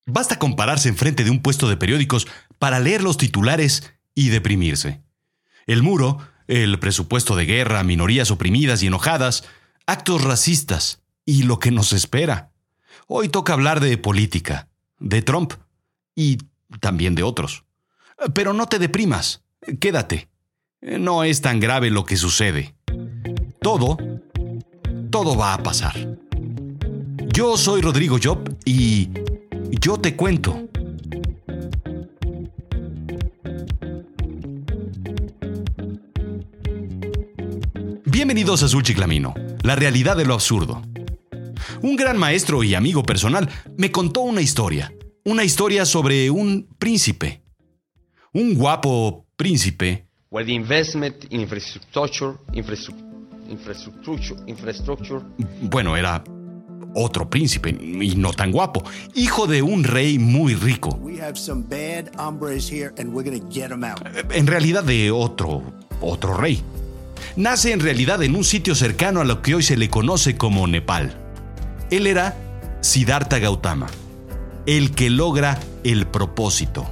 Basta con pararse enfrente de un puesto de periódicos para leer los titulares y deprimirse. El muro, el presupuesto de guerra, minorías oprimidas y enojadas, actos racistas y lo que nos espera. Hoy toca hablar de política, de Trump y también de otros. Pero no te deprimas, quédate. No es tan grave lo que sucede. Todo va a pasar. Yo soy Rodrigo Job y yo te cuento. Bienvenidos a Azul Chiclamino, la realidad de lo absurdo. Un gran maestro y amigo personal me contó una historia sobre un príncipe. Un guapo príncipe. Where the investment in infrastructure. Bueno, era otro príncipe, y no tan guapo, hijo de un rey muy rico. En realidad de otro rey. Nace en realidad en un sitio cercano a lo que hoy se le conoce como Nepal. Él era Siddhartha Gautama, el que logra el propósito.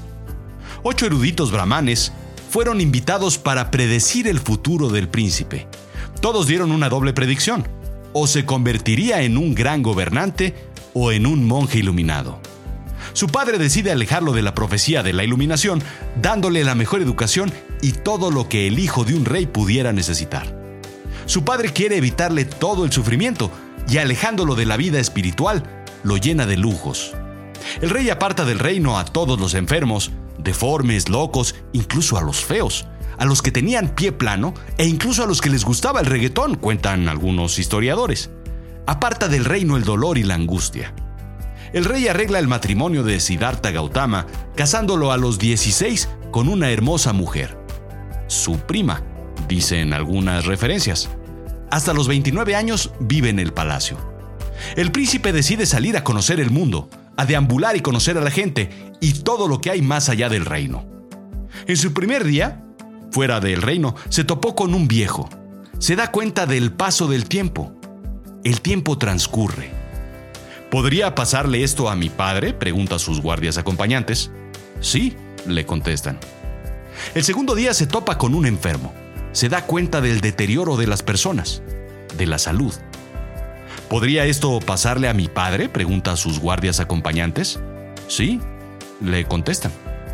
8 eruditos brahmanes fueron invitados para predecir el futuro del príncipe. Todos dieron una doble predicción: o se convertiría en un gran gobernante o en un monje iluminado. Su padre decide alejarlo de la profecía de la iluminación, dándole la mejor educación y todo lo que el hijo de un rey pudiera necesitar. Su padre quiere evitarle todo el sufrimiento y, alejándolo de la vida espiritual, lo llena de lujos. El rey aparta del reino a todos los enfermos, deformes, locos, incluso a los feos, a los que tenían pie plano e incluso a los que les gustaba el reggaetón, cuentan algunos historiadores. Aparta del reino el dolor y la angustia. El rey arregla el matrimonio de Siddhartha Gautama, casándolo a los 16 con una hermosa mujer, su prima, dicen algunas referencias. Hasta los 29 años vive en el palacio. El príncipe decide salir a conocer el mundo, a deambular y conocer a la gente y todo lo que hay más allá del reino. En su primer día, fuera del reino, se topó con un viejo. Se da cuenta del paso del tiempo. El tiempo transcurre. ¿Podría pasarle esto a mi padre?, pregunta a sus guardias acompañantes. Sí, le contestan. El segundo día se topa con un enfermo. Se da cuenta del deterioro de las personas, de la salud. ¿Podría esto pasarle a mi padre?, pregunta a sus guardias acompañantes. Sí, le contestan.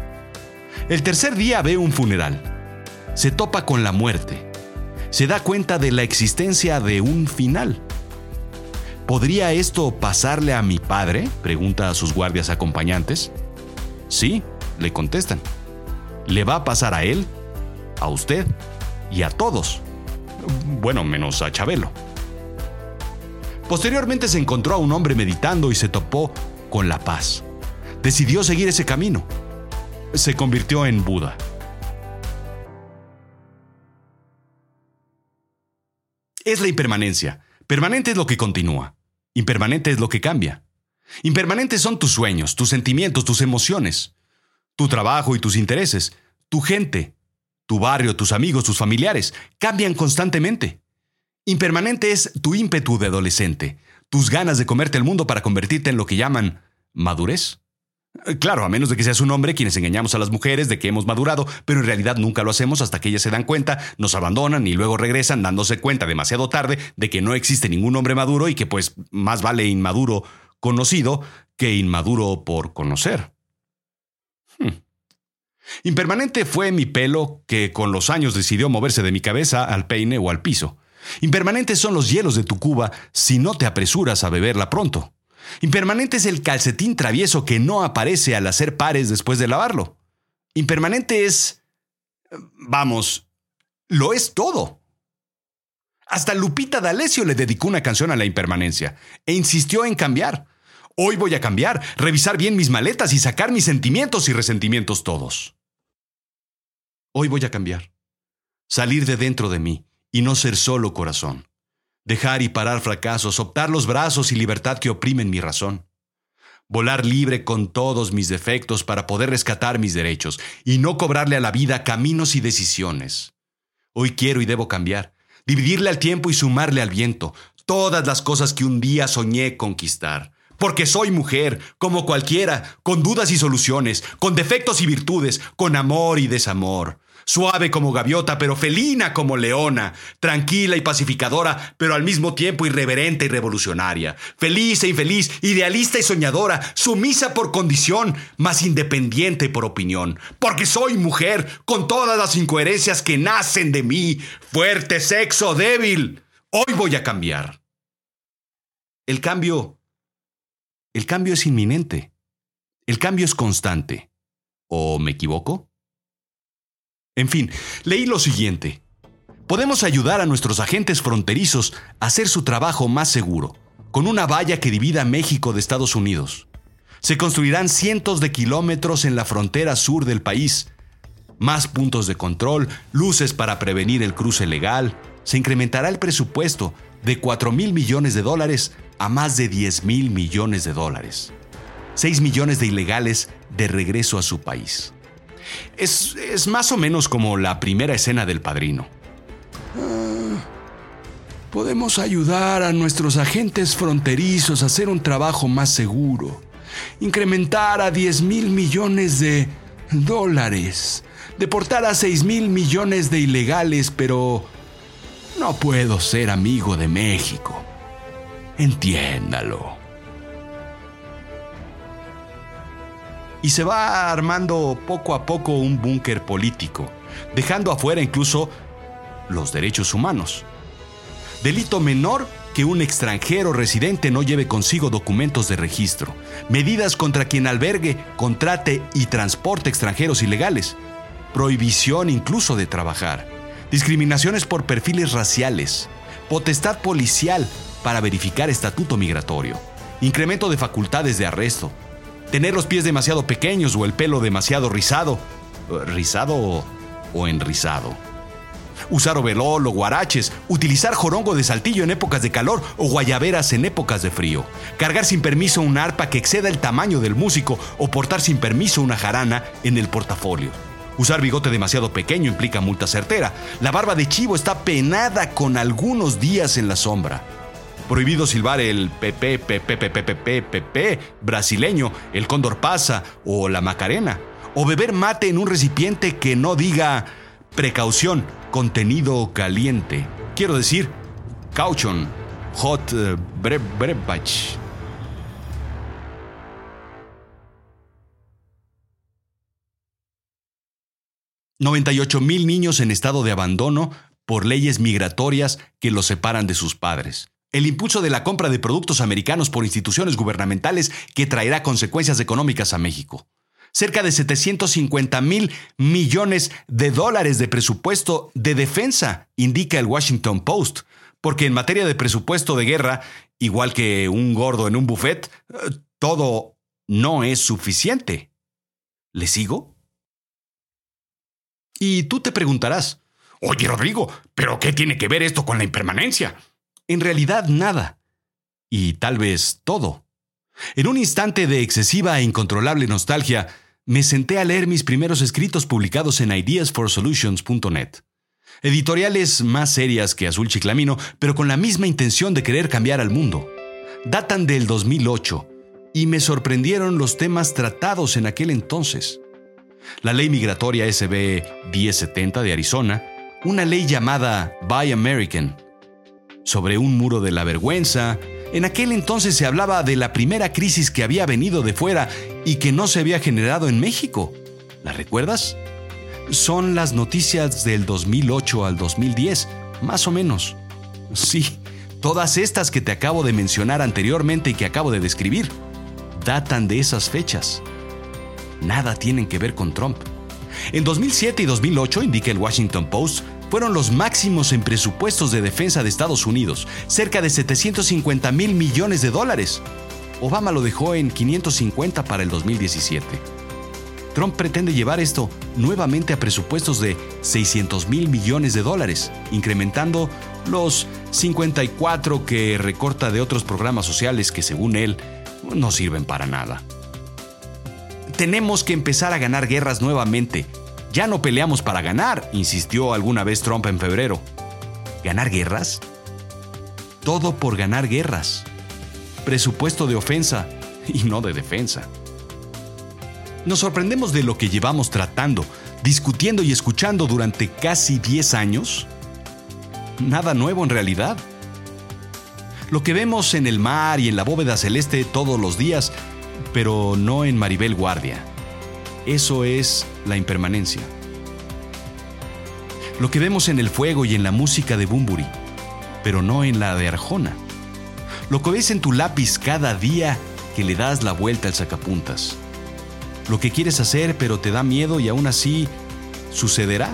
El tercer día ve un funeral. Se topa con la muerte. Se da cuenta de la existencia de un final. ¿Podría esto pasarle a mi padre?, pregunta a sus guardias acompañantes. Sí, le contestan. Le va a pasar a él, a usted y a todos. Bueno, menos a Chabelo. Posteriormente se encontró a un hombre meditando y se topó con la paz. Decidió seguir ese camino. Se convirtió en Buda. Es la impermanencia. Permanente es lo que continúa. Impermanente es lo que cambia. Impermanentes son tus sueños, tus sentimientos, tus emociones, tu trabajo y tus intereses, tu gente, tu barrio, tus amigos, tus familiares. Cambian constantemente. Impermanente es tu ímpetu de adolescente, tus ganas de comerte el mundo para convertirte en lo que llaman madurez. Claro, a menos de que seas un hombre quienes engañamos a las mujeres de que hemos madurado, pero en realidad nunca lo hacemos hasta que ellas se dan cuenta, nos abandonan y luego regresan dándose cuenta demasiado tarde de que no existe ningún hombre maduro y que pues más vale inmaduro conocido que inmaduro por conocer. Impermanente fue mi pelo que con los años decidió moverse de mi cabeza al peine o al piso. Impermanentes son los hielos de tu cuba si no te apresuras a beberla pronto. Impermanente es el calcetín travieso que no aparece al hacer pares después de lavarlo. Impermanente es... vamos, lo es todo. Hasta Lupita D'Alessio le dedicó una canción a la impermanencia e insistió en cambiar. Hoy voy a cambiar, revisar bien mis maletas y sacar mis sentimientos y resentimientos todos. Hoy voy a cambiar. Salir de dentro de mí y no ser solo corazón. Dejar y parar fracasos, optar los brazos y libertad que oprimen mi razón. Volar libre con todos mis defectos para poder rescatar mis derechos y no cobrarle a la vida caminos y decisiones. Hoy quiero y debo cambiar, dividirle al tiempo y sumarle al viento todas las cosas que un día soñé conquistar, Porque soy mujer, como cualquiera, con dudas y soluciones, con defectos y virtudes, con amor y desamor. Suave como gaviota, pero felina como leona. Tranquila y pacificadora, pero al mismo tiempo irreverente y revolucionaria. Feliz e infeliz, idealista y soñadora, sumisa por condición, mas independiente por opinión. Porque soy mujer, con todas las incoherencias que nacen de mí. Fuerte, sexo, débil. Hoy voy a cambiar. El cambio es inminente. El cambio es constante. ¿O me equivoco? En fin, leí lo siguiente. Podemos ayudar a nuestros agentes fronterizos a hacer su trabajo más seguro, con una valla que divida México de Estados Unidos. Se construirán cientos de kilómetros en la frontera sur del país. Más puntos de control, luces para prevenir el cruce legal. Se incrementará el presupuesto de $4,000 millones a más de $10,000 millones. 6 millones de ilegales de regreso a su país. Es más o menos como la primera escena del Padrino. Podemos ayudar a nuestros agentes fronterizos a hacer un trabajo más seguro. Incrementar a $10,000 millones. Deportar a 6,000 millones de ilegales, pero no puedo ser amigo de México. Entiéndalo. Y se va armando poco a poco un búnker político, dejando afuera incluso los derechos humanos. Delito menor que un extranjero residente no lleve consigo documentos de registro. Medidas contra quien albergue, contrate y transporte extranjeros ilegales. Prohibición incluso de trabajar. Discriminaciones por perfiles raciales. Potestad policial para verificar estatuto migratorio. Incremento de facultades de arresto. Tener los pies demasiado pequeños o el pelo demasiado rizado. ¿Rizado o enrizado? Usar overol o guaraches. Utilizar jorongo de saltillo en épocas de calor o guayaberas en épocas de frío. Cargar sin permiso una arpa que exceda el tamaño del músico o portar sin permiso una jarana en el portafolio. Usar bigote demasiado pequeño implica multa certera. La barba de chivo está penada con algunos días en la sombra. Prohibido silbar el pepe brasileño, el cóndor pasa o la macarena. O beber mate en un recipiente que no diga precaución, contenido caliente. Quiero decir, caution, hot beverage. $98,000 niños en estado de abandono por leyes migratorias que los separan de sus padres. El impulso de la compra de productos americanos por instituciones gubernamentales que traerá consecuencias económicas a México. Cerca de $750,000 millones de presupuesto de defensa, indica el Washington Post, porque en materia de presupuesto de guerra, igual que un gordo en un buffet, todo no es suficiente. ¿Le sigo? Y tú te preguntarás, oye Rodrigo, ¿pero qué tiene que ver esto con la impermanencia? En realidad nada. Y tal vez todo. En un instante de excesiva e incontrolable nostalgia, me senté a leer mis primeros escritos publicados en ideasforsolutions.net. Editoriales más serias que Azul Chiclamino, pero con la misma intención de querer cambiar al mundo. Datan del 2008 y me sorprendieron los temas tratados en aquel entonces. La ley migratoria SB 1070 de Arizona, una ley llamada Buy American, sobre un muro de la vergüenza. En aquel entonces se hablaba de la primera crisis que había venido de fuera y que no se había generado en México. ¿La recuerdas? Son las noticias del 2008 al 2010, más o menos. Sí, todas estas que te acabo de mencionar anteriormente y que acabo de describir, datan de esas fechas. Nada tienen que ver con Trump. En 2007 y 2008, indica el Washington Post, fueron los máximos en presupuestos de defensa de Estados Unidos, cerca de $750,000 millones. Obama lo dejó en 550 para el 2017. Trump pretende llevar esto nuevamente a presupuestos de $600,000 millones, incrementando los 54 que recorta de otros programas sociales que, según él, no sirven para nada. Tenemos que empezar a ganar guerras nuevamente. Ya no peleamos para ganar, insistió alguna vez Trump en febrero. ¿Ganar guerras? Todo por ganar guerras. presupuesto de ofensa y no de defensa. Nos sorprendemos de lo que llevamos tratando, discutiendo y escuchando durante casi 10 años. Nada nuevo en realidad. Lo que vemos en el mar y en la bóveda celeste todos los días, pero no en Maribel Guardia. Eso es la impermanencia. Lo que vemos en el fuego y en la música de Bunbury, pero no en la de Arjona. Lo que ves en tu lápiz cada día que le das la vuelta al sacapuntas. Lo que quieres hacer pero te da miedo y aún así sucederá.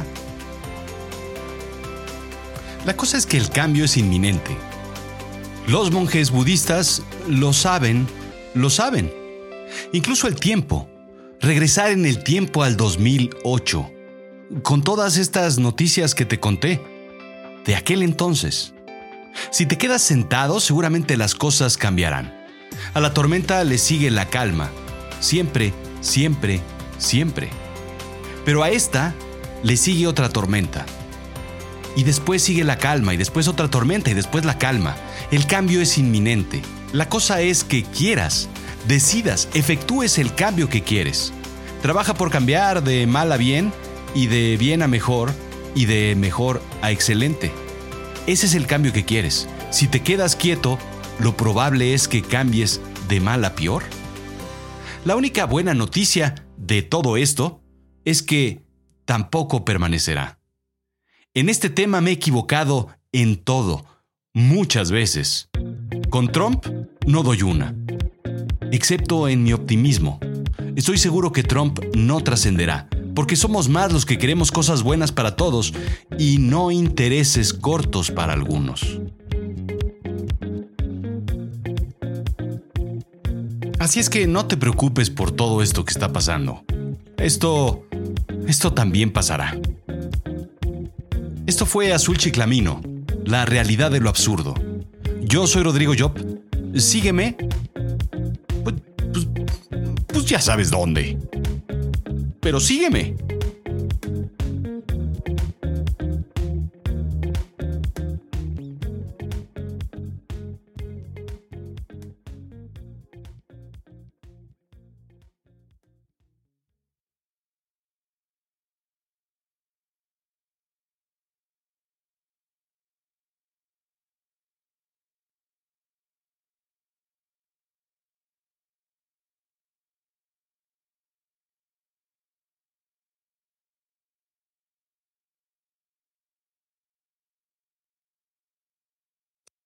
La cosa es que el cambio es inminente. Los monjes budistas lo saben. Incluso el tiempo. Regresar en el tiempo al 2008. Con todas estas noticias que te conté. De aquel entonces. Si te quedas sentado, seguramente las cosas cambiarán. A la tormenta le sigue la calma. Siempre, siempre, siempre. Pero a esta le sigue otra tormenta. Y después sigue la calma, y después otra tormenta, y después la calma. El cambio es inminente. La cosa es que quieras, decidas, efectúes el cambio que quieres. Trabaja por cambiar de mal a bien, y de bien a mejor, y de mejor a excelente. Ese es el cambio que quieres. Si te quedas quieto, lo probable es que cambies de mal a peor. La única buena noticia de todo esto es que tampoco permanecerá. En este tema me he equivocado en todo, muchas veces. Con Trump no doy una, excepto en mi optimismo. Estoy seguro que Trump no trascenderá, porque somos más los que queremos cosas buenas para todos y no intereses cortos para algunos. Así es que no te preocupes por todo esto que está pasando. Esto también pasará. Esto fue Azul Chiclamino, la realidad de lo absurdo. Yo soy Rodrigo Job. Sígueme. Pues ya sabes dónde. Pero sígueme.